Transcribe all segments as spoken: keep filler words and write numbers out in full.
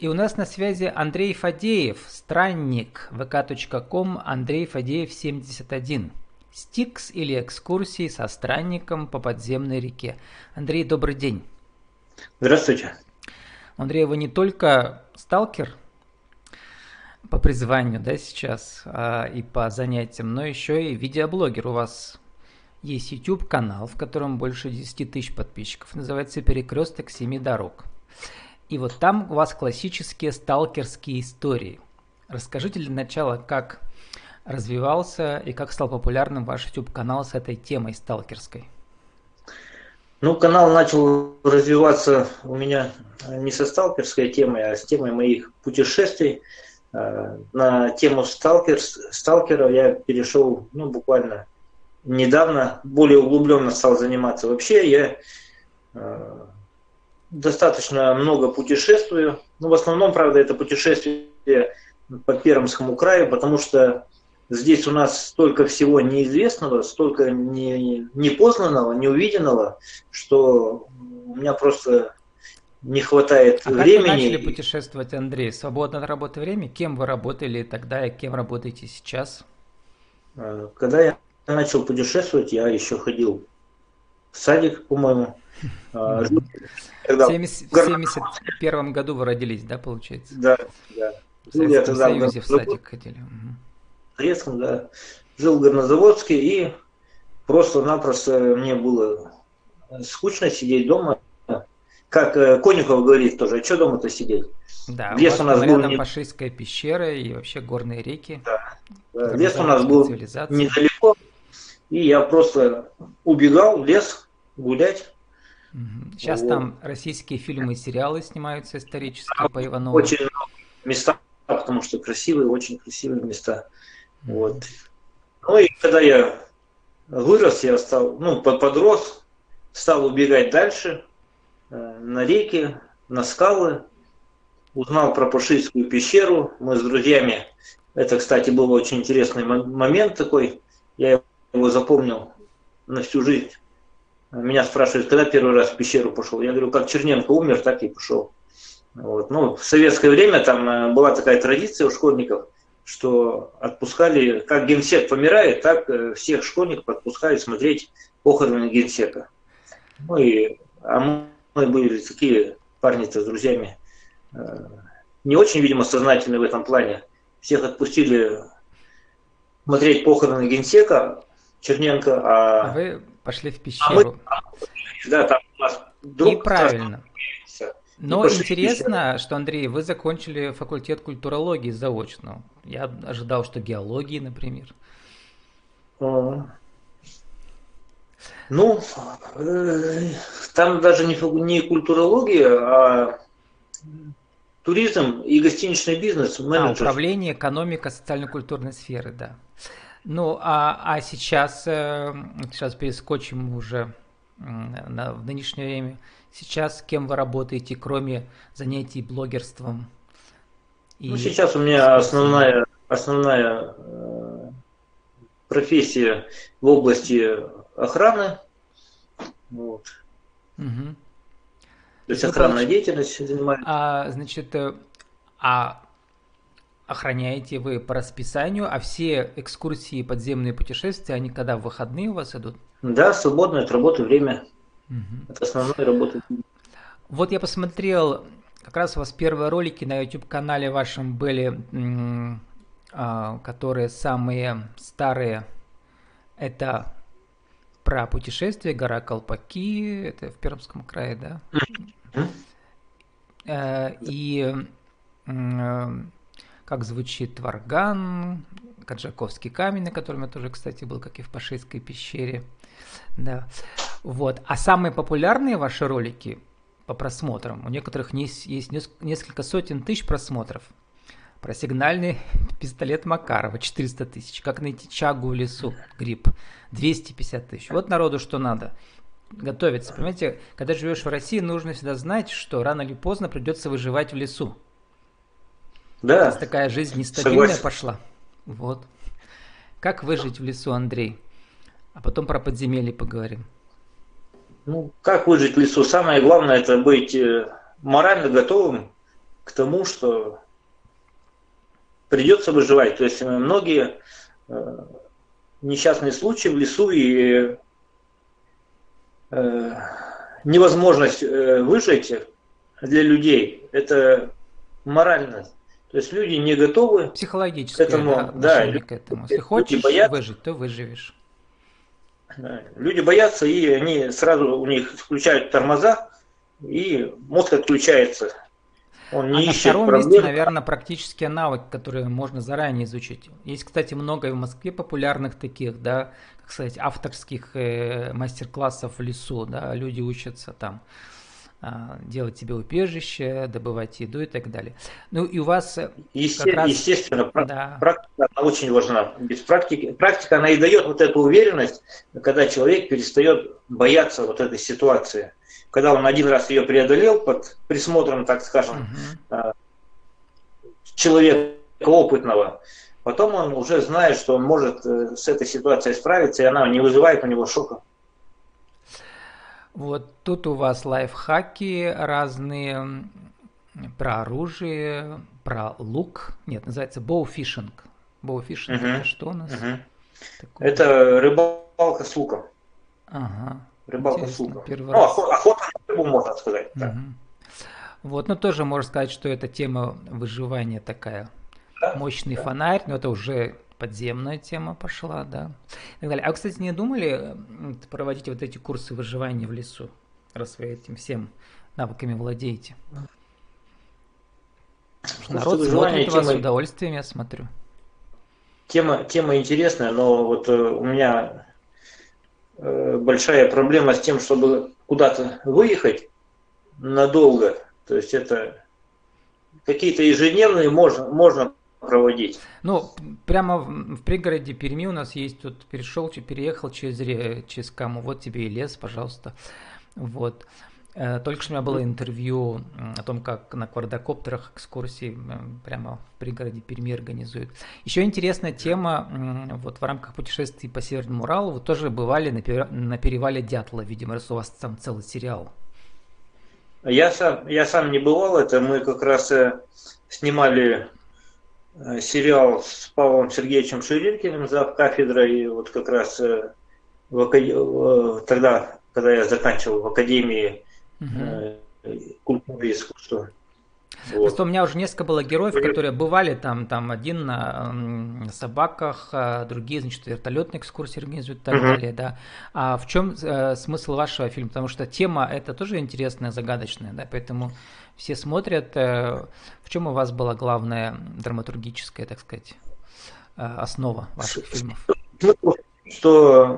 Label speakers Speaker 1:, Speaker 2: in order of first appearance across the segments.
Speaker 1: И у нас на связи Андрей Фадеев, странник, вэ ка точка ком, Андрей Фадеев семьдесят один. Стикс или экскурсии со странником по подземной реке. Андрей, добрый день.
Speaker 2: Здравствуйте.
Speaker 1: Андрей, вы не только сталкер по призванию, да, сейчас, а, и по занятиям, но еще и видеоблогер. У вас есть YouTube-канал, в котором больше десяти тысяч подписчиков. Называется «Перекресток семи дорог». И вот там у вас классические сталкерские истории. Расскажите для начала, как развивался и как стал популярным ваш YouTube-канал с этой темой сталкерской.
Speaker 2: Ну, канал начал развиваться у меня не со сталкерской темой, а с темой моих путешествий. На тему сталкер, сталкера я перешел, ну, буквально недавно, более углубленно стал заниматься. Вообще я э, достаточно много путешествую. Ну, в основном, правда, это путешествие по Пермскому краю, потому что здесь у нас столько всего неизвестного, столько не, непознанного, неувиденного, что у меня просто не хватает
Speaker 1: а
Speaker 2: времени.
Speaker 1: Как вы начали путешествовать, Андрей? Свободное от работы время? Кем вы работали тогда и кем работаете сейчас?
Speaker 2: Когда я начал путешествовать, я еще ходил в садик, по-моему.
Speaker 1: В семьдесят первом году вы родились, да, получается?
Speaker 2: Да, да.
Speaker 1: В Советском Союзе в садик ходили.
Speaker 2: В Советском, да. Жил в Горнозаводске, и просто-напросто мне было скучно сидеть дома. Как Конюхов говорит тоже, а что дома-то сидеть?
Speaker 1: Да,
Speaker 2: лес у, у нас был
Speaker 1: рядом
Speaker 2: не...
Speaker 1: Пашистская пещера и вообще горные реки.
Speaker 2: Да, да. Лес у нас был недалеко, и я просто убегал в лес гулять.
Speaker 1: Сейчас вот. Там российские фильмы и сериалы снимаются исторические по Иванову.
Speaker 2: Очень много места, потому что красивые, очень красивые места. Mm-hmm. Вот. Ну и когда я вырос, я стал, ну, подрос, стал убегать дальше, на реки, на скалы, узнал про Пашистскую пещеру. Мы с друзьями, это, кстати, был очень интересный момент такой, я его запомнил на всю жизнь. Меня спрашивают, когда первый раз в пещеру пошел. Я говорю, как Черненко умер, так и пошел. Вот. Ну, в советское время там была такая традиция у школьников, что отпускали, как генсек помирает, так всех школьников отпускают смотреть похороны генсека. Ну и, а мы Мы были такие парни-то с друзьями, не очень, видимо, сознательные в этом плане. Всех отпустили смотреть похороны генсека Черненко. А,
Speaker 1: а вы пошли в пещеру.
Speaker 2: А мы, да, там у нас друг.
Speaker 1: И правильно. Но
Speaker 2: и
Speaker 1: интересно, что, Андрей, вы закончили факультет культурологии заочно. Я ожидал, что геологии, например.
Speaker 2: А... Ну, э, там даже не, не культурология, а туризм и гостиничный бизнес, менеджер.
Speaker 1: А, управление, экономика, социально-культурной сферы, да. Ну, а, а сейчас, э, сейчас перескочим уже на, в нынешнее время. Сейчас кем вы работаете, кроме занятий блогерством?
Speaker 2: И... Ну, сейчас у меня основная, основная э, профессия в области охраны. Вот.
Speaker 1: Угу.
Speaker 2: То есть охранная деятельность занимается.
Speaker 1: А, значит, а охраняете вы по расписанию, а все экскурсии, подземные путешествия, они когда в выходные у вас идут?
Speaker 2: Да, свободное от работы время. Угу. Это основная работа.
Speaker 1: Вот я посмотрел, как раз у вас первые ролики на YouTube-канале вашем были, которые самые старые. Это про путешествие, гора Колпаки, это в Пермском крае, да? Mm-hmm. И как звучит Варган, Каджаковский камень, на котором я тоже, кстати, был, как и в Пашистской пещере. Да. Вот. А самые популярные ваши ролики по просмотрам, у некоторых есть, есть несколько сотен тысяч просмотров. Про сигнальный пистолет Макарова четыреста тысяч. Как найти чагу в лесу, гриб, двести пятьдесят тысяч. Вот народу что надо. Готовиться. Понимаете, когда живешь в России, нужно всегда знать, что рано или поздно придется выживать в лесу.
Speaker 2: Да.
Speaker 1: Сейчас такая жизнь нестабильная Согласен. Пошла. Вот. Как выжить в лесу, Андрей? А потом про подземелье поговорим.
Speaker 2: Ну, как выжить в лесу? Самое главное, это быть морально готовым к тому, что придется выживать. То есть многие э, несчастные случаи в лесу и э, невозможность э, выжить для людей, это морально. То есть люди не готовы
Speaker 1: Психологическое,
Speaker 2: к этому.
Speaker 1: да,
Speaker 2: Да,
Speaker 1: отношение
Speaker 2: люди,
Speaker 1: к этому. Если
Speaker 2: люди
Speaker 1: хочешь
Speaker 2: боятся,
Speaker 1: выжить, то выживешь.
Speaker 2: да, люди боятся, и они сразу у них включают тормоза, и мозг отключается. Он
Speaker 1: А
Speaker 2: не
Speaker 1: на
Speaker 2: ищет
Speaker 1: втором месте,
Speaker 2: проблем.
Speaker 1: наверное, практические навыки, которые можно заранее изучить. Есть, кстати, много и в Москве популярных таких, да, как сказать, авторских э, мастер-классов в лесу, да, люди учатся там а, делать себе убежище, добывать еду и так далее. Ну и у вас э,
Speaker 2: Есте-
Speaker 1: как раз,
Speaker 2: Естественно, пра-
Speaker 1: да,
Speaker 2: практика она очень важна. Без практики, практика она и дает вот эту уверенность, когда человек перестает бояться вот этой ситуации. Когда он один раз ее преодолел под присмотром, так скажем,
Speaker 1: мгм.
Speaker 2: человека опытного, потом он уже знает, что он может э, с этой ситуацией справиться, и она не вызывает у него шока.
Speaker 1: Вот тут у вас лайфхаки разные м, про оружие, про лук. Нет, называется боуфишинг. Боуфишинг это
Speaker 2: Мгм.
Speaker 1: что у нас
Speaker 2: Мгм.
Speaker 1: такое?
Speaker 2: Это рыбалка с луком.
Speaker 1: Ага,
Speaker 2: Рыбалка с
Speaker 1: интересно,
Speaker 2: луком.
Speaker 1: первый
Speaker 2: Ну,
Speaker 1: раз.
Speaker 2: охо- охота на рыбу, можно сказать. Так.
Speaker 1: Мгм. Вот, ну тоже можно сказать, что это тема выживания такая.
Speaker 2: Да?
Speaker 1: Мощный
Speaker 2: Да.
Speaker 1: фонарь, но это уже подземная тема пошла, да. И так далее. А вы, кстати, не думали м, проводить вот эти курсы выживания в лесу, раз вы этим всем навыками владеете? Потому что
Speaker 2: Курсы
Speaker 1: народ
Speaker 2: выживания
Speaker 1: смотрит вас с
Speaker 2: тема,
Speaker 1: удовольствием, я смотрю.
Speaker 2: тема, тема интересная, но вот э, у меня э, большая проблема с тем, чтобы куда-то выехать надолго. То есть это какие-то ежедневные можно, можно проводить.
Speaker 1: Ну, п- прямо в, в пригороде Перми у нас есть, тут перешел, че- переехал через, ре- через Каму, вот тебе и лес, пожалуйста. Вот. Э, Только что у меня было интервью м, о том, как на квадрокоптерах экскурсии м, прямо в пригороде Перми организуют. Еще интересная тема, м, вот в рамках путешествий по Северному Уралу вы тоже бывали на, пере- на перевале Дятлова, видимо, раз у вас там целый сериал.
Speaker 2: Я сам, я сам не бывал, это мы как раз э, снимали э, сериал с Павлом Сергеевичем Ширинкиным, зав. Кафедрой, и вот как раз э, в акад- э, тогда, когда я заканчивал в Академии
Speaker 1: Мгм.
Speaker 2: э, культуры и искусства.
Speaker 1: Просто у
Speaker 2: Вот.
Speaker 1: меня уже несколько было героев, которые бывали там, там один на, м, на собаках, а другие, значит, вертолетные экскурсии организуют и так
Speaker 2: Мгм.
Speaker 1: далее, да. А в чем э, смысл вашего фильма? Потому что тема это тоже интересная, загадочная, да, поэтому все смотрят. Э, в чем у вас была главная драматургическая, так сказать, э, основа ваших фильмов?
Speaker 2: Смысл, что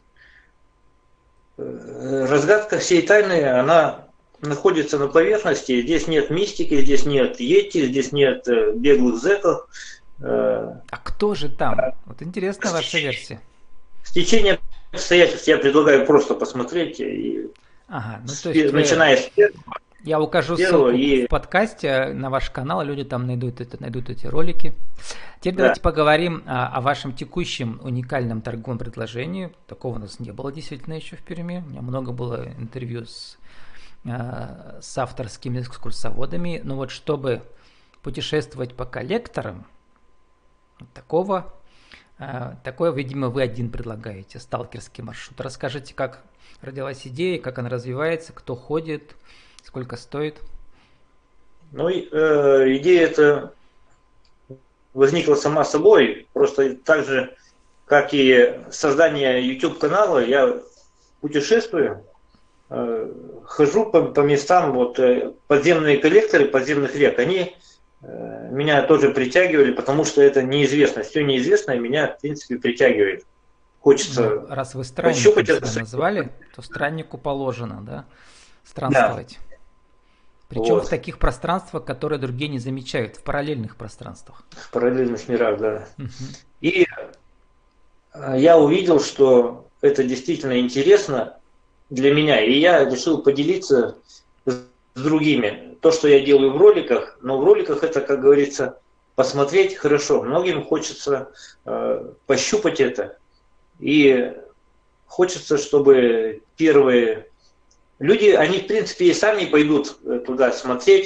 Speaker 2: э, разгадка всей тайны, она находится на поверхности. Здесь нет мистики, здесь нет йети, здесь нет э, беглых зэков. Э,
Speaker 1: А кто же там? Вот интересная ваша версия.
Speaker 2: С течением обстоятельств я предлагаю просто посмотреть, и
Speaker 1: Ага, ну
Speaker 2: с
Speaker 1: то
Speaker 2: пе-
Speaker 1: есть вы
Speaker 2: начиная с пер-
Speaker 1: я укажу
Speaker 2: первого
Speaker 1: ссылку
Speaker 2: и
Speaker 1: в подкасте на ваш канал, люди там найдут, это, найдут эти ролики. Теперь
Speaker 2: да.
Speaker 1: давайте поговорим о, о вашем текущем уникальном торговом предложении. Такого у нас не было действительно еще в Перми. У меня много было интервью с, э, с авторскими экскурсоводами. Но вот чтобы путешествовать по коллекторам, такого, э, такое, видимо, вы один предлагаете, сталкерский маршрут. Расскажите, как родилась идея, как она развивается, кто ходит, сколько стоит.
Speaker 2: Ну, и, э, идея эта возникла сама собой, просто так же, как и создание YouTube-канала, я путешествую, э, хожу по, по местам, вот э, подземные коллекторы подземных рек, они э, меня тоже притягивали, потому что это неизвестно, все неизвестное меня, в принципе, притягивает.
Speaker 1: Ну,
Speaker 2: Хочется
Speaker 1: раз вы странником
Speaker 2: пощупать это.
Speaker 1: себя назвали, то страннику положено, да,
Speaker 2: Да,
Speaker 1: странствовать. Причем в
Speaker 2: вот,
Speaker 1: таких пространствах, которые другие не замечают, в параллельных пространствах.
Speaker 2: в параллельных мирах, да.
Speaker 1: Мгм.
Speaker 2: И э, я увидел, что это действительно интересно для меня, и я решил поделиться с другими. То, что я делаю в роликах, но в роликах это, как говорится, посмотреть хорошо. Многим хочется э, пощупать это, и хочется, чтобы первые люди, они в принципе и сами пойдут туда смотреть,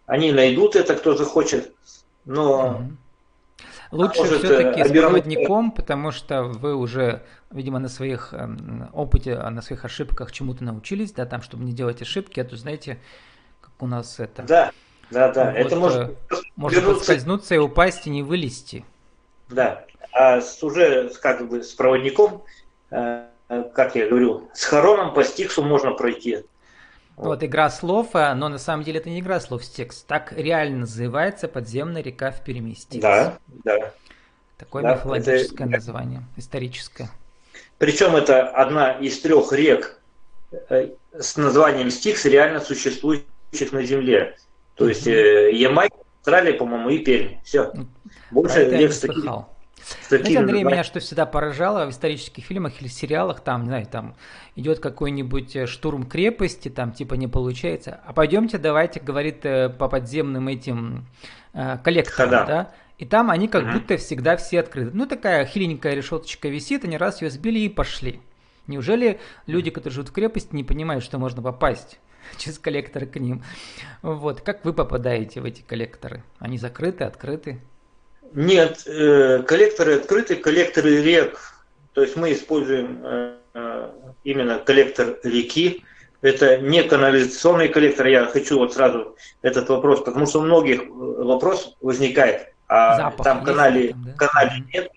Speaker 2: они найдут это, кто захочет, но...
Speaker 1: Мгм. Лучше
Speaker 2: может
Speaker 1: все-таки с
Speaker 2: обернуться.
Speaker 1: проводником, потому что вы уже, видимо, на своих эм, опыте, а на своих ошибках чему-то научились, да, там, чтобы не делать ошибки, а то, знаете, как у нас это,
Speaker 2: Да, да, да. Это
Speaker 1: вот,
Speaker 2: может
Speaker 1: э, можно
Speaker 2: обернуться,
Speaker 1: подскользнуться и упасть и не вылезти.
Speaker 2: да. А с, уже как бы с проводником, э, э, как я говорю, с хороном по стиксу можно пройти.
Speaker 1: Вот
Speaker 2: Вот.
Speaker 1: игра слов, а, но на самом деле это не игра слов Стикс. Так реально называется подземная река в Перми Стикс.
Speaker 2: Да, да,
Speaker 1: Такое
Speaker 2: да. Это,
Speaker 1: мифологическое название, историческое.
Speaker 2: причем это одна из трех рек э, с названием Стикс, реально существующих на Земле. То есть
Speaker 1: Мгм.
Speaker 2: э, Ямайка, Австралия, по-моему, и Пермь. Все.
Speaker 1: Ну, Про
Speaker 2: Больше
Speaker 1: это я
Speaker 2: рек
Speaker 1: не
Speaker 2: с такими,
Speaker 1: слыхал.
Speaker 2: с
Speaker 1: Знаете,
Speaker 2: такими
Speaker 1: Андрей,
Speaker 2: названиями.
Speaker 1: меня что всегда поражало в исторических фильмах или сериалах, там, не знаю, там идет какой-нибудь э, штурм крепости, там типа не получается, а пойдемте, давайте, говорит, э, по подземным этим э, коллекторам,
Speaker 2: Хода.
Speaker 1: да, и там они как
Speaker 2: Мгм.
Speaker 1: будто всегда все открыты. Ну, такая хиленькая решеточка висит, они раз ее сбили и пошли. Неужели люди, которые живут в крепости, не понимают, что можно попасть через коллекторы к ним? Вот, как вы попадаете в эти коллекторы? Они закрыты, открыты?
Speaker 2: Нет, э, коллекторы открыты, коллекторы рек. То есть мы используем э, э, именно коллектор реки. Это не канализационный коллектор. Я хочу вот сразу этот вопрос, потому что у многих э, вопрос возникает, а
Speaker 1: Запах
Speaker 2: там
Speaker 1: есть ли
Speaker 2: канале,
Speaker 1: там, да?
Speaker 2: канале
Speaker 1: Мгм.
Speaker 2: нет.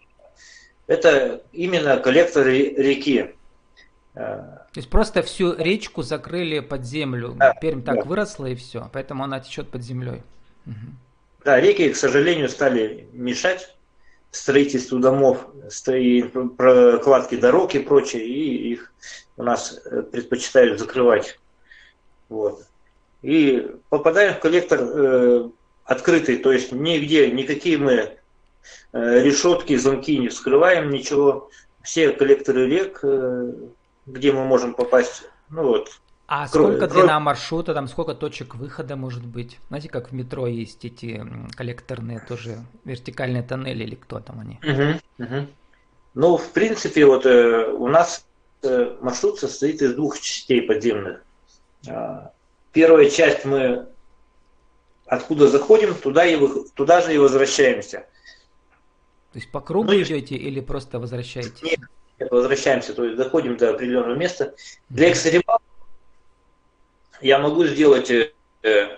Speaker 2: Это именно коллектор ре- реки. Э,
Speaker 1: То есть просто всю речку закрыли под землю.
Speaker 2: Да,
Speaker 1: Пермь
Speaker 2: да.
Speaker 1: так выросла и все, поэтому она течет под землей. Мгм.
Speaker 2: Да, реки, к сожалению, стали мешать строительству домов, строи- прокладке дорог и прочее, и их у нас э, предпочитают закрывать. Вот. И попадаем в коллектор э, открытый, то есть нигде, никакие мы э, решетки, замки не вскрываем, ничего. Все коллекторы рек, э, где мы можем попасть, ну вот,
Speaker 1: А
Speaker 2: кроме,
Speaker 1: сколько длина маршрута, там сколько точек выхода может быть? Знаете, как в метро есть эти м, коллекторные тоже вертикальные тоннели или кто там они?
Speaker 2: Мгм, мгм. Ну, в принципе, вот э, у нас э, маршрут состоит из двух частей подземных. А, Первая часть мы откуда заходим, туда, и вы- туда же и возвращаемся.
Speaker 1: То есть по
Speaker 2: Ну
Speaker 1: кругу
Speaker 2: и
Speaker 1: идете или просто возвращаетесь?
Speaker 2: нет, возвращаемся, то есть доходим до определенного места. Для
Speaker 1: Мгм.
Speaker 2: экстремала я могу сделать э, э,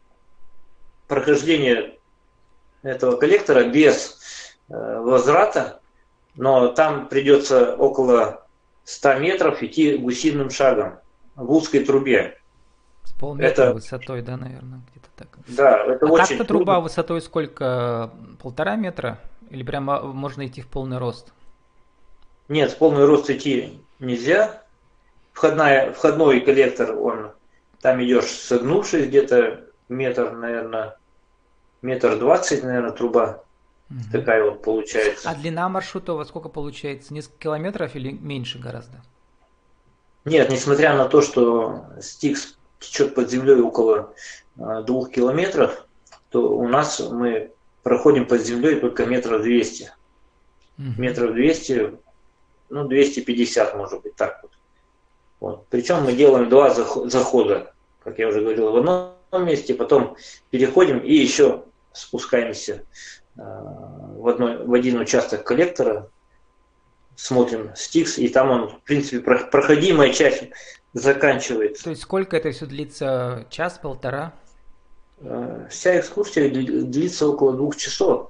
Speaker 2: прохождение этого коллектора без э, возврата, но там придется около ста метров идти гусиным шагом в узкой трубе.
Speaker 1: С полметра
Speaker 2: Это,
Speaker 1: высотой, да, наверное, где-то так.
Speaker 2: да, это
Speaker 1: А
Speaker 2: очень
Speaker 1: так-то труба
Speaker 2: трудно.
Speaker 1: высотой сколько? Полтора метра? Или прямо можно идти в полный рост?
Speaker 2: Нет, в полный рост идти нельзя. Входная, входной коллектор, он там идешь согнувшись где-то метр, наверное, метр двадцать, наверное, труба
Speaker 1: Мгм.
Speaker 2: такая вот
Speaker 1: А
Speaker 2: получается.
Speaker 1: длина маршрута у вас сколько получается? Несколько километров или меньше гораздо?
Speaker 2: Нет, несмотря на то, что Стикс течет под землей около э, двух километров, то у нас мы проходим под землей только метров двести.
Speaker 1: Мгм.
Speaker 2: Метров двести, ну, двести пятьдесят, может быть, так вот. Вот. Причем мы делаем два зах- захода, как я уже говорил, в одном месте, потом переходим и еще спускаемся э, в, одной, в один участок коллектора, смотрим Стикс, и там он, в принципе, про- проходимая часть
Speaker 1: То
Speaker 2: заканчивается.
Speaker 1: есть сколько это все длится? Час, полтора?
Speaker 2: Э, Вся экскурсия дли- длится около двух часов.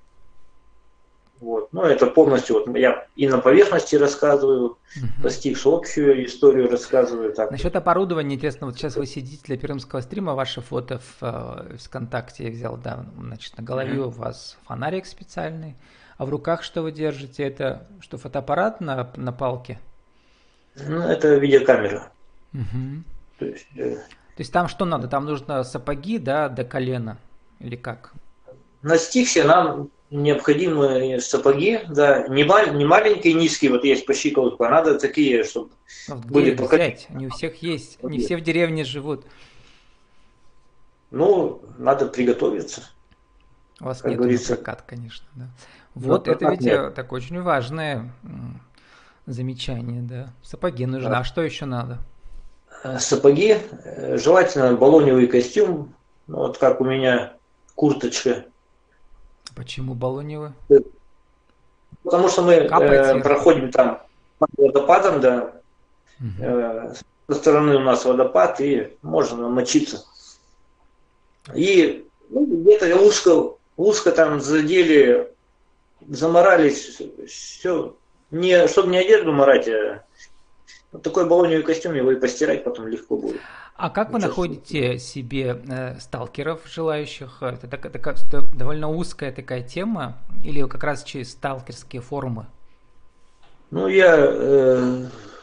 Speaker 2: Вот. Ну, это полностью, вот я и на поверхности рассказываю, по
Speaker 1: Мгм.
Speaker 2: Стиксу общую историю рассказываю. Так вот.
Speaker 1: Насчет оборудования, интересно, вот сейчас вы сидите для пермского стрима, ваше фото в, э, в ВКонтакте я взял, да, значит, на голове
Speaker 2: Мгм.
Speaker 1: у вас фонарик специальный, а в руках что вы держите? Это что, фотоаппарат на, на палке?
Speaker 2: Ну, это видеокамера.
Speaker 1: Мгм.
Speaker 2: То есть, э,
Speaker 1: То есть там что надо? Там нужно сапоги, да, до колена или как?
Speaker 2: на Стиксе нам необходимы сапоги, да, не, мал- не маленькие, низкие, вот есть по щиколотку, а надо такие, чтобы
Speaker 1: Ну, вот где
Speaker 2: были
Speaker 1: их
Speaker 2: по колено.
Speaker 1: взять? Не у всех есть, не все в деревне живут.
Speaker 2: Ну, надо приготовиться,
Speaker 1: У вас
Speaker 2: как
Speaker 1: нету на
Speaker 2: говорится.
Speaker 1: прокат, конечно, да.
Speaker 2: На
Speaker 1: Вот это
Speaker 2: прокат
Speaker 1: ведь
Speaker 2: нет.
Speaker 1: э, так очень важное м, замечание, да. Сапоги нужны.
Speaker 2: Да.
Speaker 1: А что еще надо?
Speaker 2: Э, Сапоги, э, желательно баллоневый костюм, Ну, вот как у меня курточка.
Speaker 1: Почему Балоневы?
Speaker 2: Потому что мы э,
Speaker 1: Капает
Speaker 2: проходим там под водопадом, да,
Speaker 1: Угу.
Speaker 2: э, со стороны у нас водопад, и можно намочиться. И ну, где-то узко, узко там задели, заморались, все. Не, чтобы не одежду морать, а вот такой баллоневый костюм, его и постирать потом легко будет.
Speaker 1: А как вы
Speaker 2: Ничего.
Speaker 1: находите себе э, сталкеров желающих? Это так- такая довольно узкая такая тема, или как раз через сталкерские форумы?
Speaker 2: Ну, я э,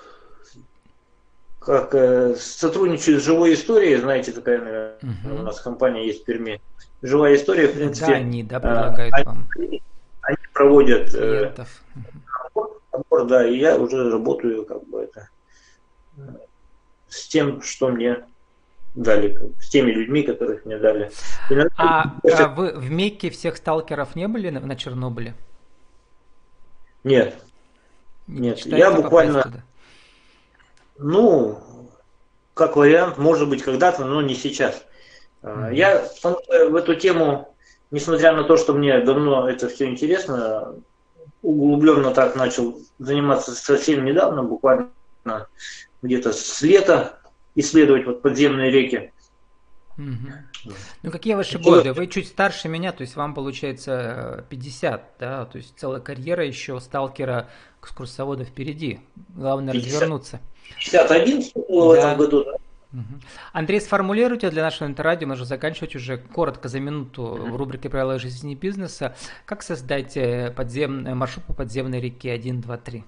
Speaker 2: как э, сотрудничаю с живой историей, знаете, такая, наверное, у
Speaker 1: Угу.
Speaker 2: нас компания есть в Перми. Живая история, в
Speaker 1: Да,
Speaker 2: принципе,
Speaker 1: они, да,
Speaker 2: э,
Speaker 1: предлагают вам
Speaker 2: они, они проводят э,
Speaker 1: клиентов.
Speaker 2: отбор, да, и я уже работаю как бы это э, с тем, что мне дали, как бы, с теми людьми, которых мне дали. Иногда,
Speaker 1: А, а вы в Мекке всех сталкеров не были на, на Чернобыле?
Speaker 2: нет,
Speaker 1: Не
Speaker 2: нет, я
Speaker 1: мечтаете попасть
Speaker 2: буквально,
Speaker 1: туда?
Speaker 2: ну, как вариант, может быть, когда-то, но не сейчас. А,
Speaker 1: Мгм.
Speaker 2: Я потому что в эту тему, несмотря на то, что мне давно это все интересно, углубленно так начал заниматься совсем недавно, буквально где-то с лета, исследовать вот подземные реки.
Speaker 1: Мгм. Ну, какие ваши
Speaker 2: Хотелось-
Speaker 1: годы? Вы чуть старше меня, то есть вам получается э, пятьдесят, да? То есть целая карьера еще сталкера, экскурсовода впереди. Главное
Speaker 2: пятьдесят
Speaker 1: развернуться.
Speaker 2: пятьдесят один было в этом
Speaker 1: Да.
Speaker 2: году, да?
Speaker 1: Мгм. Андрей, сформулируйте для нашего интеррадио, нужно заканчивать уже коротко за минуту в
Speaker 2: Мгм.
Speaker 1: рубрике «Правила жизни и бизнеса». Как создать э, подземный маршрут по подземной реке один, два, три?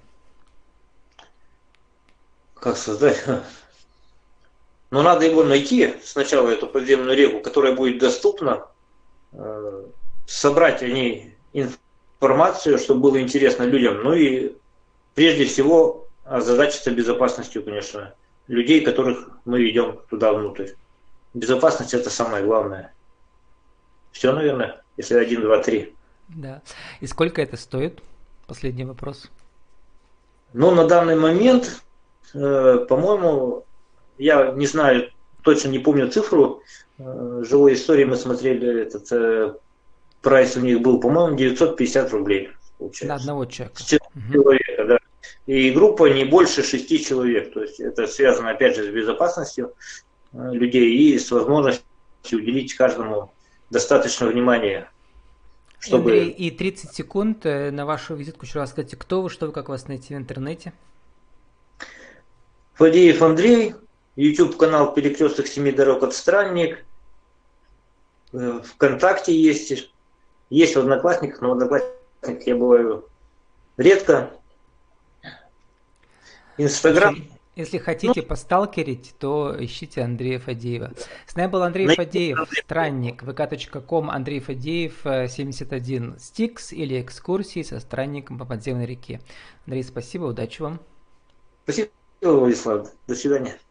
Speaker 2: Как создать? Но надо его найти, сначала эту подземную реку, которая будет доступна, э, собрать о ней информацию, чтобы было интересно людям. Ну и прежде всего озадачиться безопасностью, конечно, людей, которых мы ведем туда внутрь. Безопасность это самое главное. Все, наверное, если один, два, три.
Speaker 1: Да. И сколько это стоит? Последний вопрос.
Speaker 2: Но на данный момент, э, по-моему, я не знаю, точно не помню цифру, э, живой истории мы смотрели, этот э, прайс у них был, по-моему, девятьсот пятьдесят рублей,
Speaker 1: На
Speaker 2: получается.
Speaker 1: одного человека.
Speaker 2: С человека, да. И группа не больше шести человек. То есть это связано, опять же, с безопасностью э, людей и с возможностью уделить каждому достаточно внимания,
Speaker 1: И, Андрей,
Speaker 2: чтобы...
Speaker 1: и тридцать секунд э, на вашу визитку еще раз скажите, кто вы, что вы, как вас найти в интернете?
Speaker 2: Фадеев Андрей, YouTube-канал «Перекресток семи дорог от Странник», э, ВКонтакте есть, есть в Одноклассниках, но в Одноклассниках я бываю редко.
Speaker 1: В
Speaker 2: Инстаграм,
Speaker 1: общем, если
Speaker 2: ну,
Speaker 1: хотите посталкерить, то ищите Андрея Фадеева. С нами был Андрей
Speaker 2: найти
Speaker 1: Фадеев, странник, вэ ка точка ком, Андрей Фадеев, э, семьдесят один, Стикс или экскурсии со странником по подземной реке. Андрей, спасибо, удачи вам.
Speaker 2: Спасибо, Владислав. До свидания.